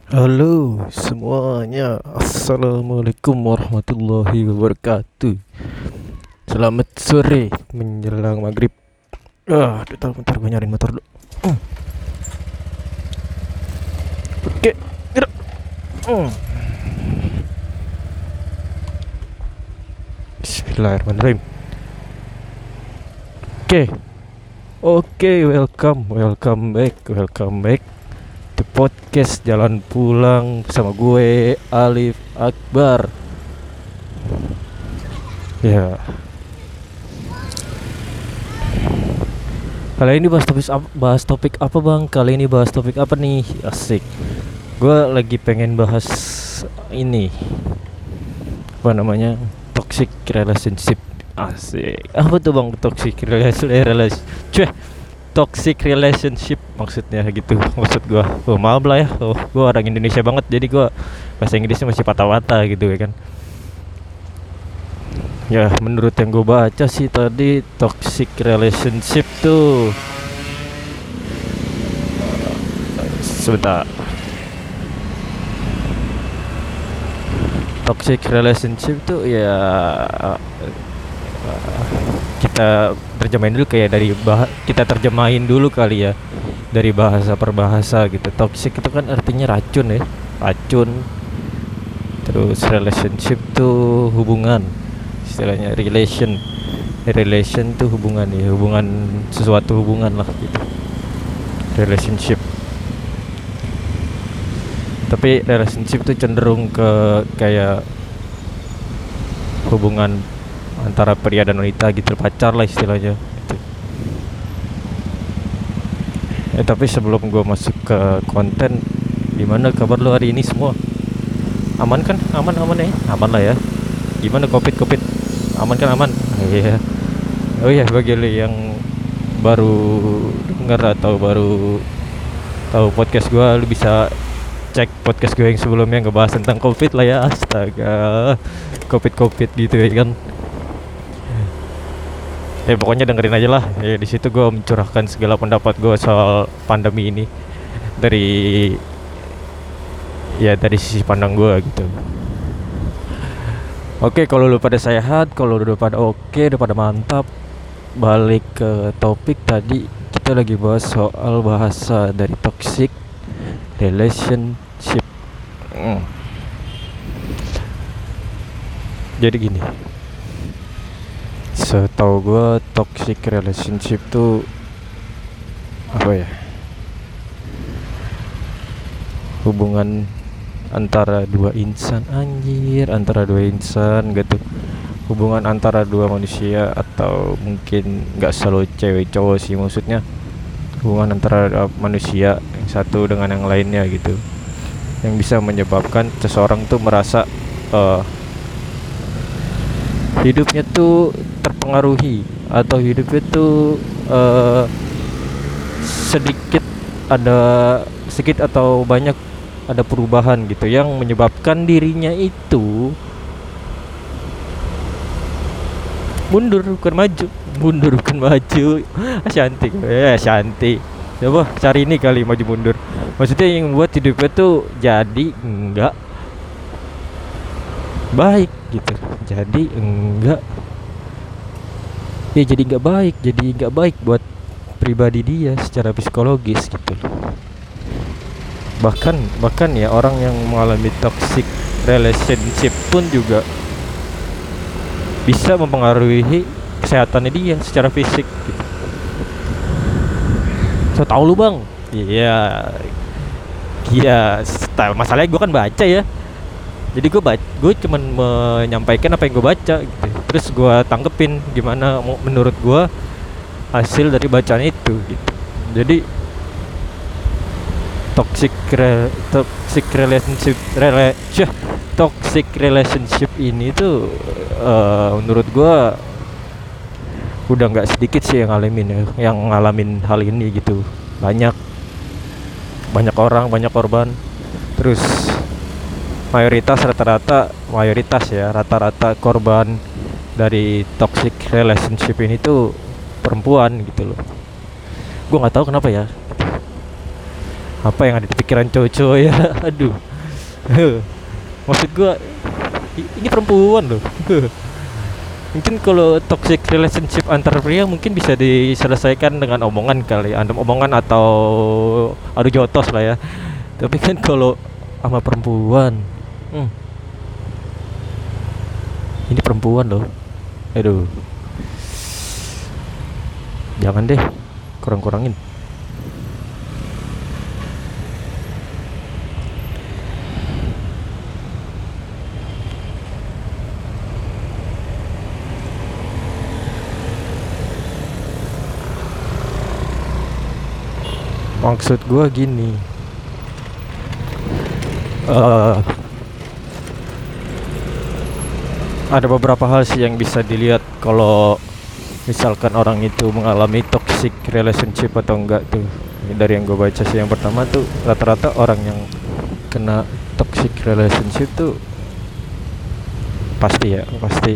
Halo semuanya, assalamualaikum warahmatullahi wabarakatuh. Selamat sore menjelang maghrib. Bentar gue nyariin motor dulu. Oke, gerak. Bismillahirrahmanirrahim. Oke, welcome back to podcast Jalan Pulang bersama gue Alif Akbar. Ya, kali ini bahas topik apa bang? Kali ini bahas topik apa nih? Asik. Gue lagi pengen bahas ini, apa namanya, toxic relationship. Asik. Apa tuh bang toxic relationship maksudnya gitu? Maksud gue, maaf lah ya, gue orang Indonesia banget, jadi gue bahasa Inggrisnya masih patah-patah gitu ya kan. Ya menurut yang gue baca sih tadi, toxic relationship tuh, sebentar, toxic relationship tuh ya, kita terjemahin dulu, kayak dari kita terjemahin dulu kali ya, dari bahasa per bahasa gitu. Toxic itu kan artinya racun ya, racun. Terus relationship tuh hubungan, istilahnya relation tuh hubungan ya, hubungan, sesuatu hubungan lah gitu, relationship. Tapi relationship tuh cenderung ke kayak hubungan antara pria dan wanita gitu, pacar lah istilahnya gitu. Tapi sebelum gue masuk ke konten, gimana kabar lu hari ini semua? Aman kan? Aman ya, aman lah ya. Gimana covid aman kan? Aman. Iya. Oh iya, bagi lu yang baru denger atau baru tahu podcast gue, lu bisa cek podcast gue yang sebelumnya ngebahas tentang covid lah ya. Astaga, covid gitu ya kan. Pokoknya dengerin aja lah. Di situ gue mencurahkan segala pendapat gue soal pandemi ini dari, ya, dari sisi pandang gue gitu. Oke, kalau lu pada sehat, kalau udah pada oke, udah pada mantap, balik ke topik tadi. Kita lagi bahas soal bahasa dari toxic relationship. Jadi gini, setahu gue toxic relationship tuh apa ya, hubungan antara dua insan, anjir, antara dua insan gitu, hubungan antara dua manusia, atau mungkin nggak selalu cewek cowok sih, maksudnya hubungan antara manusia yang satu dengan yang lainnya gitu, yang bisa menyebabkan seseorang tuh merasa hidupnya tuh terpengaruhi, atau hidupnya tuh sedikit ada, sedikit atau banyak ada perubahan gitu, yang menyebabkan dirinya itu mundur bukan maju, mundur bukan maju. Ashanti ya, Ashanti. Coba cari ini kali, maju mundur, maksudnya yang buat hidupnya tuh jadi enggak baik gitu, jadi enggak, ya jadi nggak baik buat pribadi dia secara psikologis gitu. Bahkan ya, orang yang mengalami toxic relationship pun juga bisa mempengaruhi kesehatannya dia secara fisik gitu. So tau lu bang? Iya, iya. Masalahnya gue kan baca ya, jadi gue cuman menyampaikan apa yang gue baca gitu, terus gue tanggepin gimana menurut gue hasil dari bacaan itu gitu. Jadi toxic relationship ini tuh, menurut gue udah nggak sedikit sih yang ngalamin hal ini gitu. Banyak orang, banyak korban. Terus rata-rata korban dari toxic relationship ini tuh perempuan gitu loh. Gue nggak tahu kenapa ya, Apa yang ada di pikiran cowok-cowok ya. Aduh. Maksud gua ini perempuan loh. Mungkin kalau toxic relationship antar pria mungkin bisa diselesaikan dengan omongan kali, omongan atau adu jotos lah ya. Tapi kan kalau sama perempuan, hmm, ini perempuan loh. Aduh, jangan deh, kurang-kurangin. Maksud gua gini, eh ada beberapa hal sih yang bisa dilihat kalau misalkan orang itu mengalami toxic relationship atau enggak tuh. Dari yang gue baca sih, yang pertama tuh rata-rata orang yang kena toxic relationship tuh pasti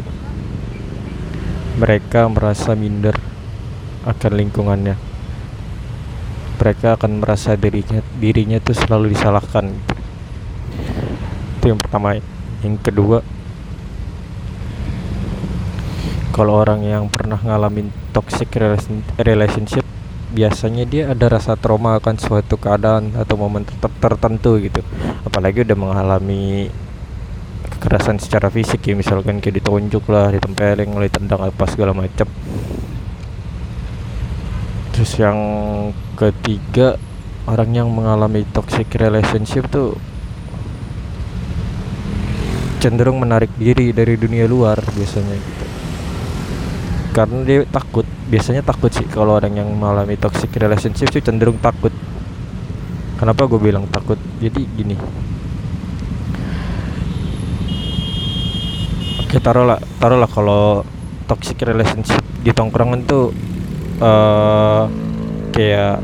mereka merasa minder akan lingkungannya. Mereka akan merasa dirinya tuh selalu disalahkan. Itu yang pertama. Yang kedua, kalau orang yang pernah ngalamin toxic relationship, biasanya dia ada rasa trauma akan suatu keadaan atau momen tertentu gitu. Apalagi udah mengalami kekerasan secara fisik ya, misalkan kayak ditonjok lah, ditempelin, ditendang apa segala macam. Terus yang ketiga, orang yang mengalami toxic relationship tuh cenderung menarik diri dari dunia luar biasanya gitu. Karena dia biasanya takut sih. Kalau orang yang mengalami toxic relationship tuh cenderung takut. Kenapa gue bilang takut? Jadi gini, oke, taruhlah kalau toxic relationship di tongkrongan tuh kayak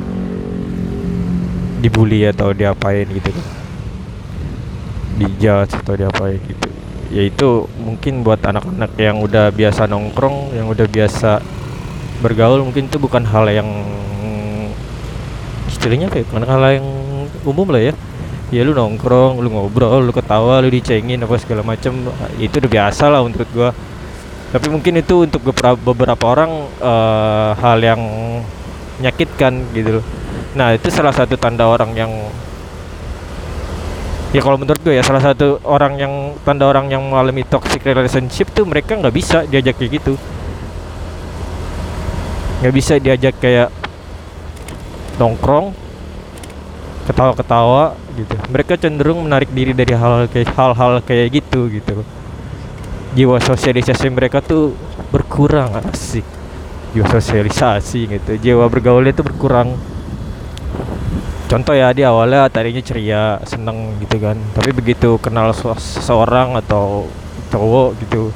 dibully atau diapain gitu kan, dijudge atau diapain gitu. Ya itu mungkin buat anak-anak yang udah biasa nongkrong, yang udah biasa bergaul, mungkin itu bukan hal yang istilahnya kayak bukan hal yang umum lah ya. Ya lu nongkrong, lu ngobrol, lu ketawa, lu dicengin apa segala macem, itu udah biasa lah menurut gua. Tapi mungkin itu untuk beberapa orang hal yang menyakitkan gitu loh. Nah itu salah satu tanda orang yang, ya kalau menurut gue ya, salah satu tanda orang yang mengalami toxic relationship tuh mereka nggak bisa diajak kayak gitu, nggak bisa diajak kayak nongkrong, ketawa-ketawa gitu. Mereka cenderung menarik diri dari hal-hal kayak gitu. Jiwa sosialisasi mereka tuh berkurang, asik. Jiwa sosialisasi gitu, jiwa bergaulnya tuh berkurang. Contoh ya, di awalnya tadinya ceria, seneng gitu kan, tapi begitu kenal seseorang atau cowok gitu,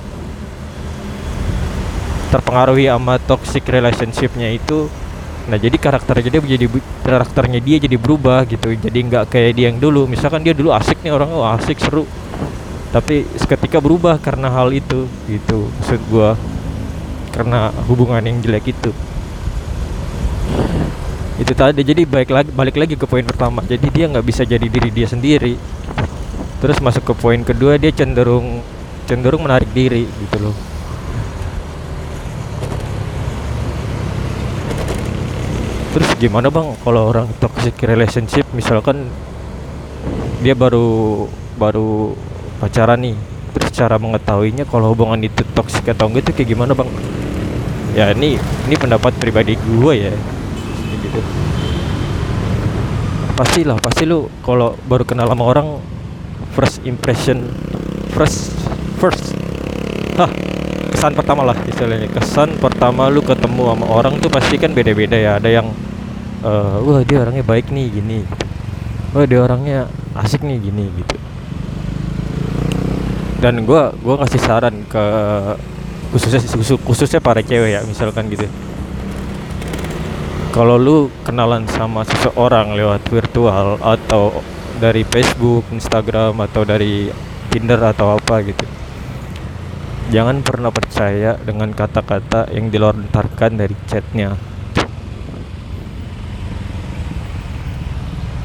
terpengaruhi sama toxic relationshipnya itu, nah jadi karakternya dia jadi berubah gitu. Jadi nggak kayak dia yang dulu. Misalkan dia dulu asik nih orang, asik seru, tapi seketika berubah karena hal itu gitu. Maksud gua karena hubungan yang jelek itu tadi. Jadi balik lagi ke poin pertama, jadi dia nggak bisa jadi diri dia sendiri. Terus masuk ke poin kedua, dia cenderung menarik diri gitu loh. Terus gimana bang kalau orang toxic relationship, misalkan dia baru pacaran nih, terus cara mengetahuinya kalau hubungan itu toksik atau enggak itu kayak gimana bang? Ya ini pendapat pribadi gue ya gitu. Pasti lu kalau baru kenal sama orang, first impression, first kesan pertama lah istilahnya. Kesan pertama lu ketemu sama orang tuh pasti kan beda-beda ya. Ada yang wah dia orangnya baik nih gini, wah dia orangnya asik nih gini gitu. Dan gue ngasih saran ke khususnya para cewek ya, misalkan gitu, kalau lu kenalan sama seseorang lewat virtual atau dari Facebook, Instagram, atau dari Tinder atau apa gitu, jangan pernah percaya dengan kata-kata yang dilontarkan dari chatnya.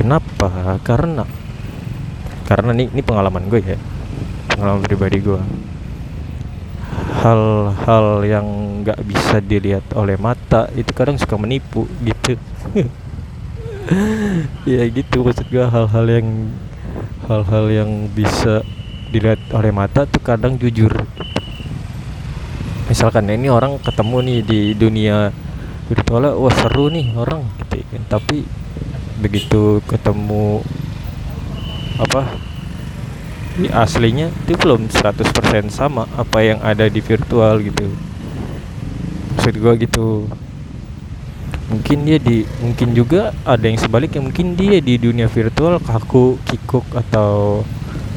Kenapa? Karena ini pengalaman gue ya, pengalaman pribadi gue. Hal-hal yang nggak bisa dilihat oleh mata itu kadang suka menipu gitu. Ya gitu maksud gue, hal-hal yang bisa dilihat oleh mata tuh kadang jujur. Misalkan ini orang ketemu nih di dunia virtualnya, wah seru nih orang gitu kan. Tapi begitu ketemu apa di aslinya itu belum 100% sama apa yang ada di virtual gitu. Maksud gua gitu. Mungkin juga ada yang sebaliknya, mungkin dia di dunia virtual kaku, kikuk, atau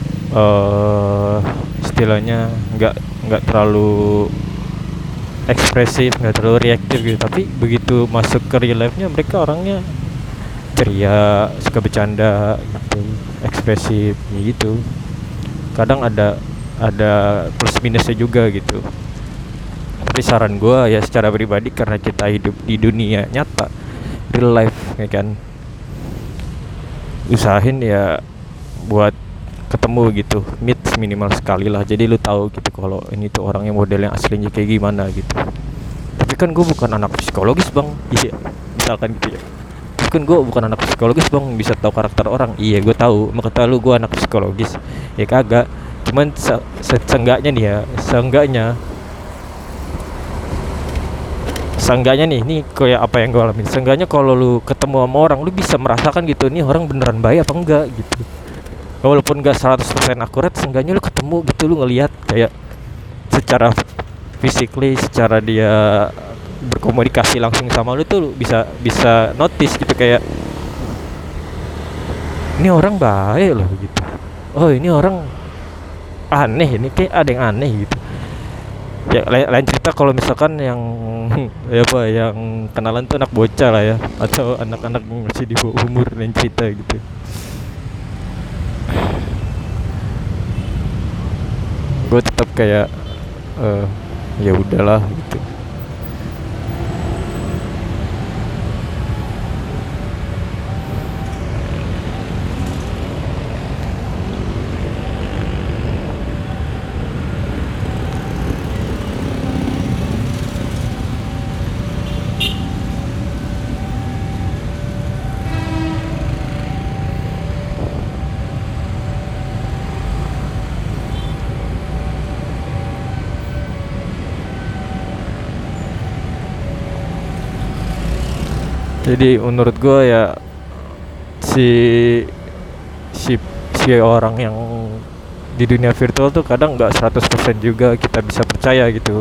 istilahnya nggak terlalu ekspresif, nggak terlalu reaktif gitu. Tapi begitu masuk ke real life-nya mereka orangnya ceria, suka bercanda gitu, ekspresif gitu. Kadang ada plus minusnya juga gitu. Tapi saran gue ya secara pribadi, karena kita hidup di dunia nyata, real life ya kan, usahain ya buat ketemu gitu, meet minimal sekali lah. Jadi lu tahu gitu kalau ini tuh orangnya modelnya aslinya kayak gimana gitu. Tapi kan gue bukan anak psikologis bang, iya misalkan gitu ya. Kan gue bukan anak psikologis bang, bisa tahu karakter orang. Iya gue tahu, maka lu gue anak psikologis ya kagak. Cuman seenggaknya nih ya, seenggaknya nih kayak apa yang gue alamin. Seenggaknya kalau lu ketemu sama orang, lu bisa merasakan gitu, nih orang beneran baik apa enggak gitu. Walaupun gak 100% akurat, seenggaknya lu ketemu gitu, lu ngelihat kayak secara physically, secara dia berkomunikasi langsung sama lu tuh, lu bisa notice gitu, kayak ini orang baik loh gitu. Oh ini orang aneh, ini kayak ada yang aneh gitu. Ya lain cerita kalau misalkan yang ya apa, yang kenalan tuh anak bocah lah ya, atau anak-anak masih di bawah umur, lain cerita gitu. Gue tetap kayak ya udahlah gitu. Jadi menurut gue ya, si si si orang yang di dunia virtual tuh kadang nggak 100% juga kita bisa percaya gitu.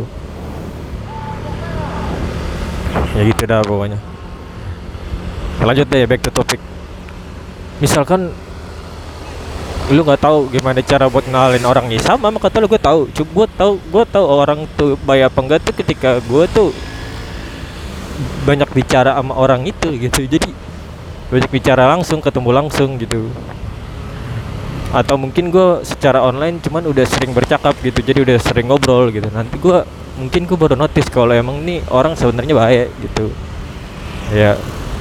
Ya gitu dah pokoknya. Lanjut deh, back to topic. Misalkan lu nggak tahu gimana cara buat ngenalin orang, ya sama kata lu, gue tahu. Coba gue tahu orang tuh baik apa enggak tuh ketika gue tuh banyak bicara sama orang itu gitu. Jadi banyak bicara langsung, ketemu langsung gitu. Atau mungkin gue secara online cuman udah sering bercakap gitu, jadi udah sering ngobrol gitu. Nanti gue baru notice kalau emang nih orang sebenarnya baik gitu ya.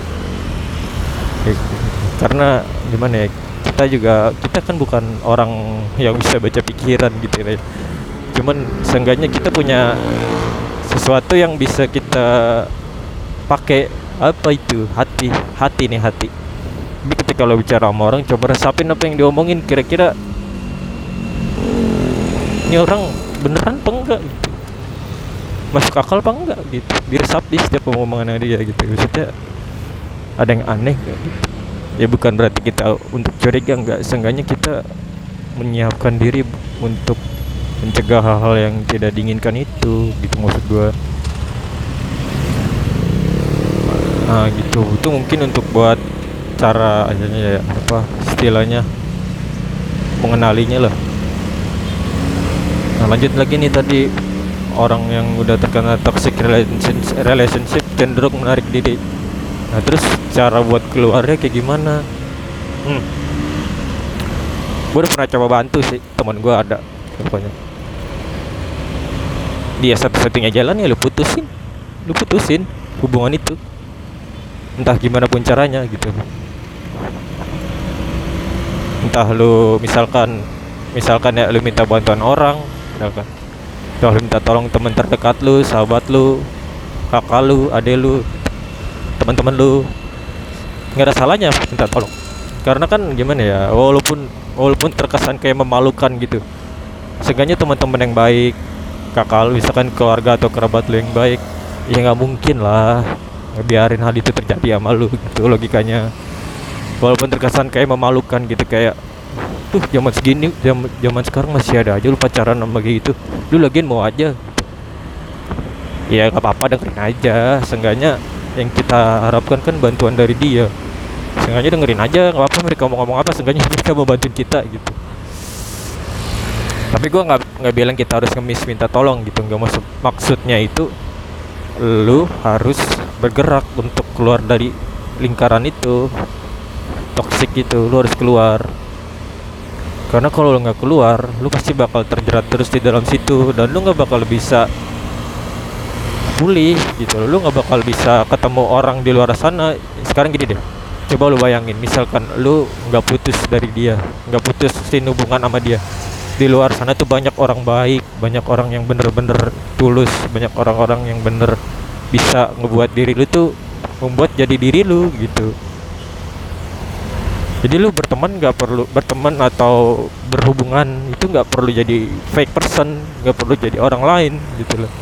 Karena gimana ya, kita kan bukan orang yang bisa baca pikiran gitu ya. Cuman seenggaknya kita punya sesuatu yang bisa kita pakai, apa itu, hati. Tapi ketika lo bicara sama orang, coba resapin apa yang diomongin, kira-kira ini orang beneran apa enggak gitu, masuk akal apa enggak gitu. Diresap di setiap omongan dia gitu. Maksudnya ada yang aneh gitu. Ya bukan berarti kita untuk curiga, enggak. Seenggaknya kita menyiapkan diri untuk mencegah hal-hal yang tidak diinginkan itu gitu maksud gue. Nah gitu, itu mungkin untuk buat cara aja ya, apa istilahnya, mengenalinya lah. Nah lanjut lagi nih, tadi orang yang udah terkena toxic relationship cenderung menarik diri. Nah terus cara buat keluarnya kayak gimana? Gue udah pernah coba bantu sih, teman gue ada pokoknya. Dia satu-satunya jalan ya lu putusin hubungan itu, entah gimana pun caranya gitu. entah lu misalkan ya lu minta bantuan orang, misalkan atau lu minta tolong teman terdekat lu, sahabat lu, kakak lu, adek lu, teman-teman lu, nggak ada salahnya minta tolong. Karena kan gimana ya, walaupun terkesan kayak memalukan gitu, seenggaknya teman-teman yang baik, kakak lu misalkan, keluarga atau kerabat lu yang baik, ya nggak mungkin lah biarin hal itu terjadi sama lu gitu logikanya. Walaupun terkesan kayak memalukan gitu, kayak tuh zaman segini, zaman sekarang masih ada aja lu pacaran sama kayak gitu, lu lagian mau aja. Ya nggak apa-apa, dengerin aja. Seenggaknya yang kita harapkan kan bantuan dari dia. Seenggaknya dengerin aja, nggak apa-apa mereka mau ngomong apa, seenggaknya mereka mau bantuin kita gitu. Tapi gue nggak bilang kita harus ngemis minta tolong gitu, nggak maksudnya itu lu harus bergerak untuk keluar dari lingkaran itu toksik itu. Lu harus keluar, karena kalau lu nggak keluar, lu pasti bakal terjerat terus di dalam situ, dan lu nggak bakal bisa pulih gitu. Lu nggak bakal bisa ketemu orang di luar sana. Sekarang gini deh, coba lu bayangin, misalkan lu nggak putus dari dia, nggak putusin hubungan sama dia, di luar sana tuh banyak orang baik, banyak orang yang bener-bener tulus, banyak orang-orang yang bener bisa ngebuat diri lu tuh membuat jadi diri lu gitu. Jadi lu berteman atau berhubungan itu nggak perlu jadi fake person, nggak perlu jadi orang lain gitu loh.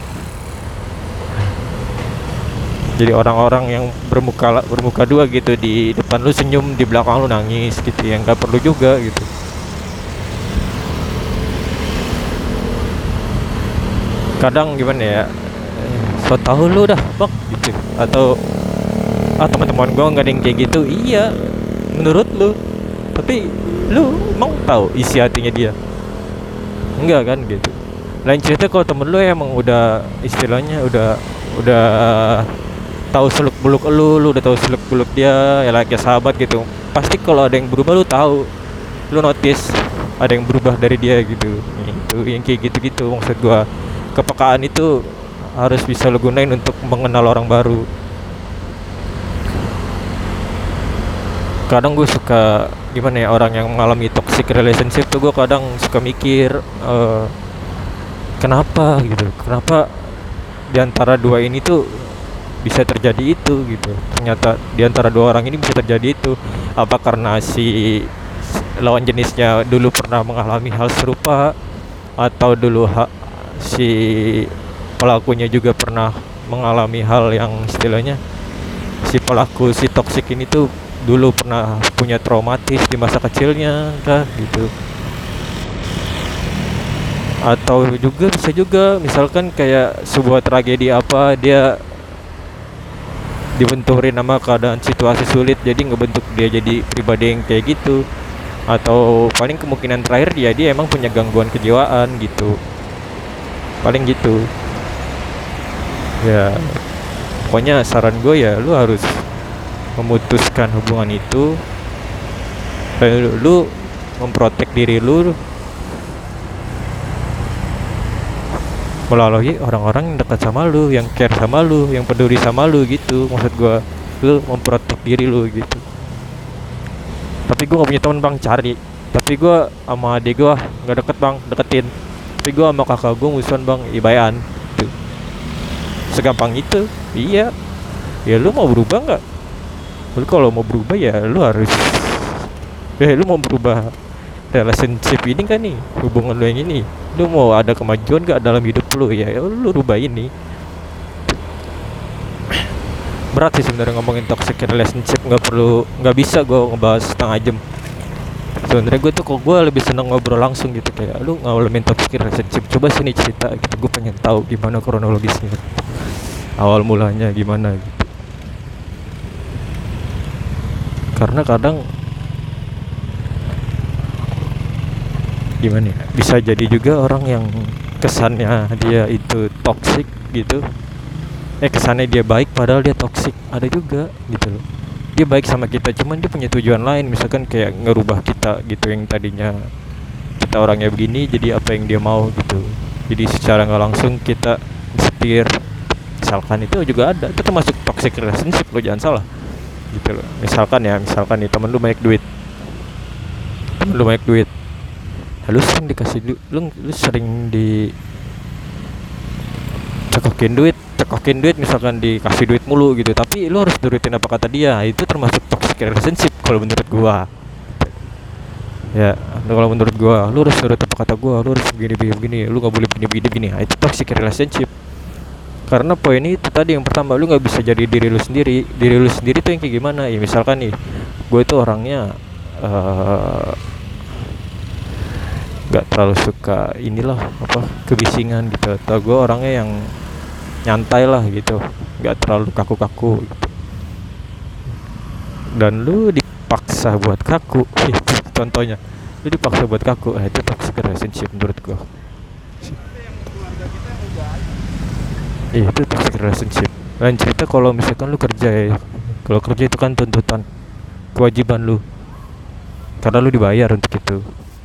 Jadi orang-orang yang bermuka dua gitu, di depan lu senyum, di belakang lu nangis gitu, yang nggak perlu juga gitu. Kadang gimana ya, so tau lu dah bang gitu, atau teman-teman gua nggak ada yang kayak gitu. Iya, menurut lu, tapi lu emang tahu isi hatinya dia? Enggak kan gitu. Lain cerita kalau temen lu emang udah istilahnya udah tahu seluk beluk lu udah tahu seluk beluk dia, ya kayak sahabat gitu. Pasti kalau ada yang berubah lu tahu, lu notice ada yang berubah dari dia gitu. Itu yang kayak gitu-gitu maksud gua. Kepekaan itu harus bisa lo gunain untuk mengenal orang baru. Kadang gue suka gimana ya, orang yang mengalami toxic relationship tuh gue kadang suka mikir, kenapa diantara dua ini tuh bisa terjadi itu gitu. Ternyata diantara dua orang ini bisa terjadi itu. Apa karena si lawan jenisnya dulu pernah mengalami hal serupa, atau dulu si pelakunya juga pernah mengalami hal yang istilahnya si pelaku si toksik ini tuh dulu pernah punya traumatis di masa kecilnya kah gitu. Atau juga bisa juga misalkan kayak sebuah tragedi apa, dia dibenturin sama keadaan situasi sulit, jadi ngebentuk dia jadi pribadi yang kayak gitu. Atau paling kemungkinan terakhir dia emang punya gangguan kejiwaan gitu, paling gitu ya. Pokoknya saran gue ya, lu harus memutuskan hubungan itu, dan lu memprotek diri lu melalui orang-orang yang dekat sama lu, yang care sama lu, yang peduli sama lu gitu. Maksud gue, lu memprotek diri lu gitu. Tapi gue gak punya teman bang, cari. Tapi gue sama adik gue gak deket bang, deketin. Tapi gue sama kakak gue musuhan bang, ibayan gitu. Segampang itu. Iya. Ya lu mau berubah gak? Lu kalau mau berubah ya lu harus lu mau berubah relationship ini kan nih, hubungan lu yang ini. Lu mau ada kemajuan gak dalam hidup lu? Ya lu rubah ini. Berat sih sebenarnya ngomongin toxic relationship, nggak bisa gue ngebahas setengah jam. Sebenarnya gue tuh, kok gue lebih seneng ngobrol langsung gitu, kayak lu ngalamin toxic relationship, coba sini cerita gitu. Gue pengen tahu gimana kronologisnya, awal mulanya gimana gitu. Karena kadang gimana ya, bisa jadi juga orang yang kesannya dia itu toxic gitu, kesannya dia baik padahal dia toxic, ada juga gitu loh. Dia baik sama kita, cuman dia punya tujuan lain, misalkan kayak ngerubah kita gitu, yang tadinya kita orangnya begini jadi apa yang dia mau gitu. Jadi secara nggak langsung kita setir, misalkan itu juga ada, itu termasuk toxic relationship, lo jangan salah gitu loh. Misalkan nih temen lu banyak duit, temen lu banyak duit, lu sering dikasih lu sering cekokin duit misalkan dikasih duit mulu gitu, tapi lu harus nurutin apa kata dia. Itu termasuk toxic relationship kalau menurut gua. Ya, kalau menurut gua, lu harus nurut apa kata gua, lu harus begini, lu nggak boleh begini. Nah, itu toxic relationship. Karena poin itu tadi, yang pertama, lu nggak bisa jadi diri lu sendiri. Diri lu sendiri tuh yang kayak gimana? Ya misalkan nih, gue itu orangnya nggak terlalu suka inilah apa kebisingan gitu, atau gue orangnya yang nyantai lah gitu, nggak terlalu kaku-kaku gitu. Dan lu dipaksa buat kaku itu contohnya, lu dipaksa buat kaku, itu toxic relationship menurut gue. Itu toxic relationship. Lain cerita kalau misalkan lu kerja ya, kalau kerja itu kan tuntutan, kewajiban lu, karena lu dibayar untuk itu.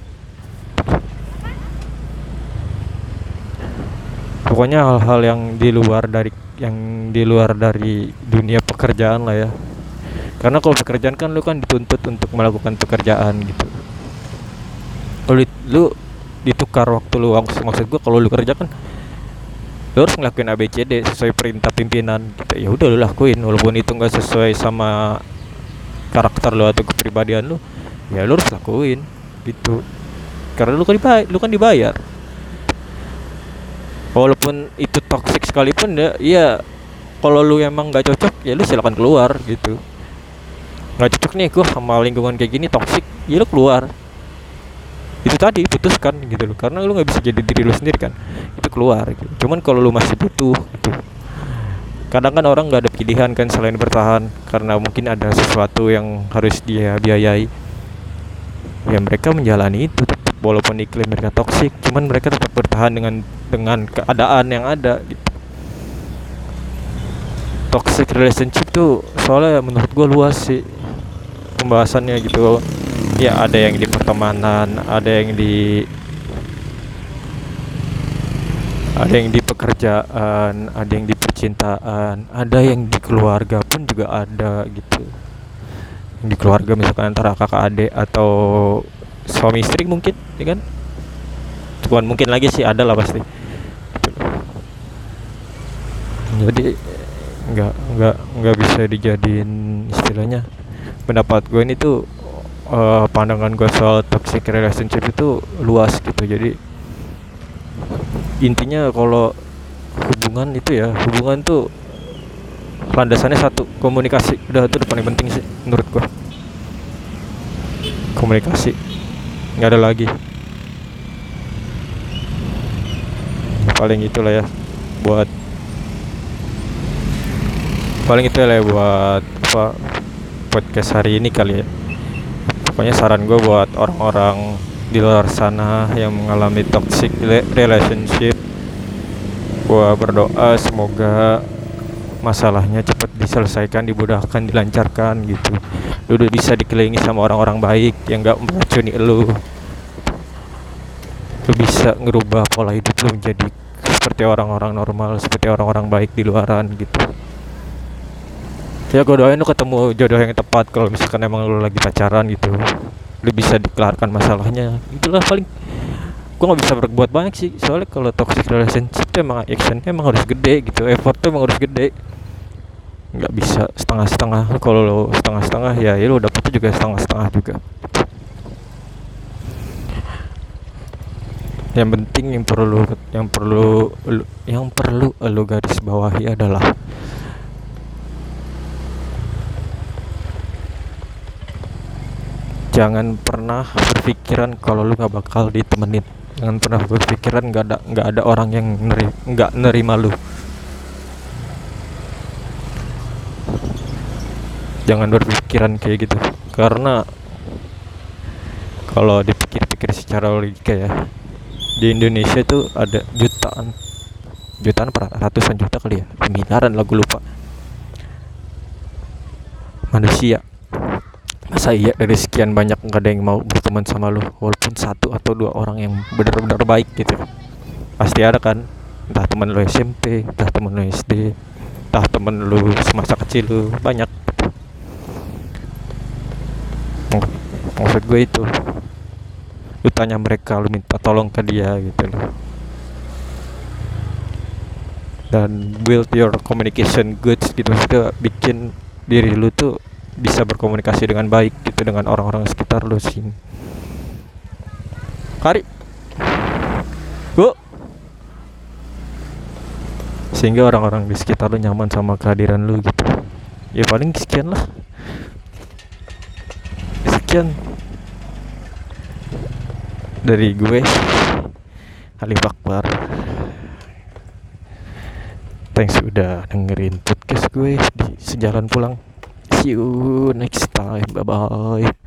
Pokoknya hal-hal yang di luar dari dunia pekerjaan lah ya. Karena kalau pekerjaan kan lu kan dituntut untuk melakukan pekerjaan gitu. Kalau lu ditukar waktu lu, maksud gua kalau lu kerja kan lu harus ngelakuin ABCD sesuai perintah pimpinan gitu. Ya udah lu lakuin, walaupun itu nggak sesuai sama karakter lu atau kepribadian lu, ya lu harus lakuin gitu. Karena lu kan dibayar. Walaupun itu toxic sekalipun ya kalau lu emang nggak cocok ya lu silakan keluar gitu. Nggak cocok nih gua sama lingkungan kayak gini, toxic, ya lu keluar. Itu tadi putuskan gitu loh, karena lu nggak bisa jadi diri lu sendiri kan, itu keluar gitu. Cuman kalau lu masih butuh gitu, kadang kan orang nggak ada pilihan kan selain bertahan, karena mungkin ada sesuatu yang harus dia biayai, ya mereka menjalani itu tetap, walaupun iklim mereka toksik, cuman mereka tetap bertahan dengan keadaan yang ada gitu. Toxic relationship tuh soalnya menurut gue luas sih pembahasannya gitu ya. Ada yang di pertemanan, ada yang di pekerjaan, ada yang di percintaan, ada yang di keluarga pun juga ada gitu. Di keluarga misalkan antara kakak adik atau suami istri mungkin, ya kan? Bukan mungkin lagi sih, ada lah pasti. Jadi nggak bisa dijadiin istilahnya. Pendapat gue ini tuh pandangan gue soal toxic relationship itu luas gitu. Jadi intinya kalau hubungan tuh landasannya satu, komunikasi. Udah, itu udah paling penting sih menurut gue. Komunikasi, nggak ada lagi. Paling itulah ya buat apa podcast hari ini kali ya. Pokoknya saran gue buat orang-orang di luar sana yang mengalami toxic relationship, gue berdoa semoga masalahnya cepat diselesaikan, dimudahkan, dilancarkan gitu. Lu udah bisa dikelilingi sama orang-orang baik yang gak meracuni lu bisa ngerubah pola hidup lu menjadi seperti orang-orang normal, seperti orang-orang baik di luaran gitu. Ya gue doain lu ketemu jodoh yang tepat. Kalau misalkan emang lu lagi pacaran gitu, lu bisa dikelarkan masalahnya. Itulah paling. Gue nggak bisa berbuat banyak sih, soalnya kalau toxic relationship emang actionnya emang harus gede gitu, effortnya emang harus gede. Nggak bisa setengah-setengah. Kalau lo setengah-setengah ya lo dapetnya juga setengah-setengah juga. Yang penting yang perlu lo garis bawahi adalah jangan pernah berpikiran kalau lu nggak bakal ditemenin. Jangan pernah berpikiran nggak ada orang yang nggak nerima lu. Jangan berpikiran kayak gitu, karena kalau dipikir-pikir secara logika ya, di Indonesia tuh ada jutaan ratusan juta kali ya, miliaran lah gue lupa, manusia. Masa iya dari sekian banyak nggak ada yang mau berteman sama lu, walaupun satu atau dua orang yang benar-benar baik gitu? Pasti ada kan, entah teman lu SMP, entah teman lu SD, entah teman lu semasa kecil lu, banyak. Maksud gue itu lu tanya mereka, lu minta tolong ke dia gitu loh. Dan build your communication goods gitu, maksudnya bikin diri lu tuh bisa berkomunikasi dengan baik gitu dengan orang-orang sekitar lu sih. Kari, bu, sehingga orang-orang di sekitar lu nyaman sama kehadiran lu gitu. Ya paling sekian lah. Sekian dari gue, Alif Akbar. Thanks udah dengerin podcast gue di sejalan pulang. See you next time. Bye bye.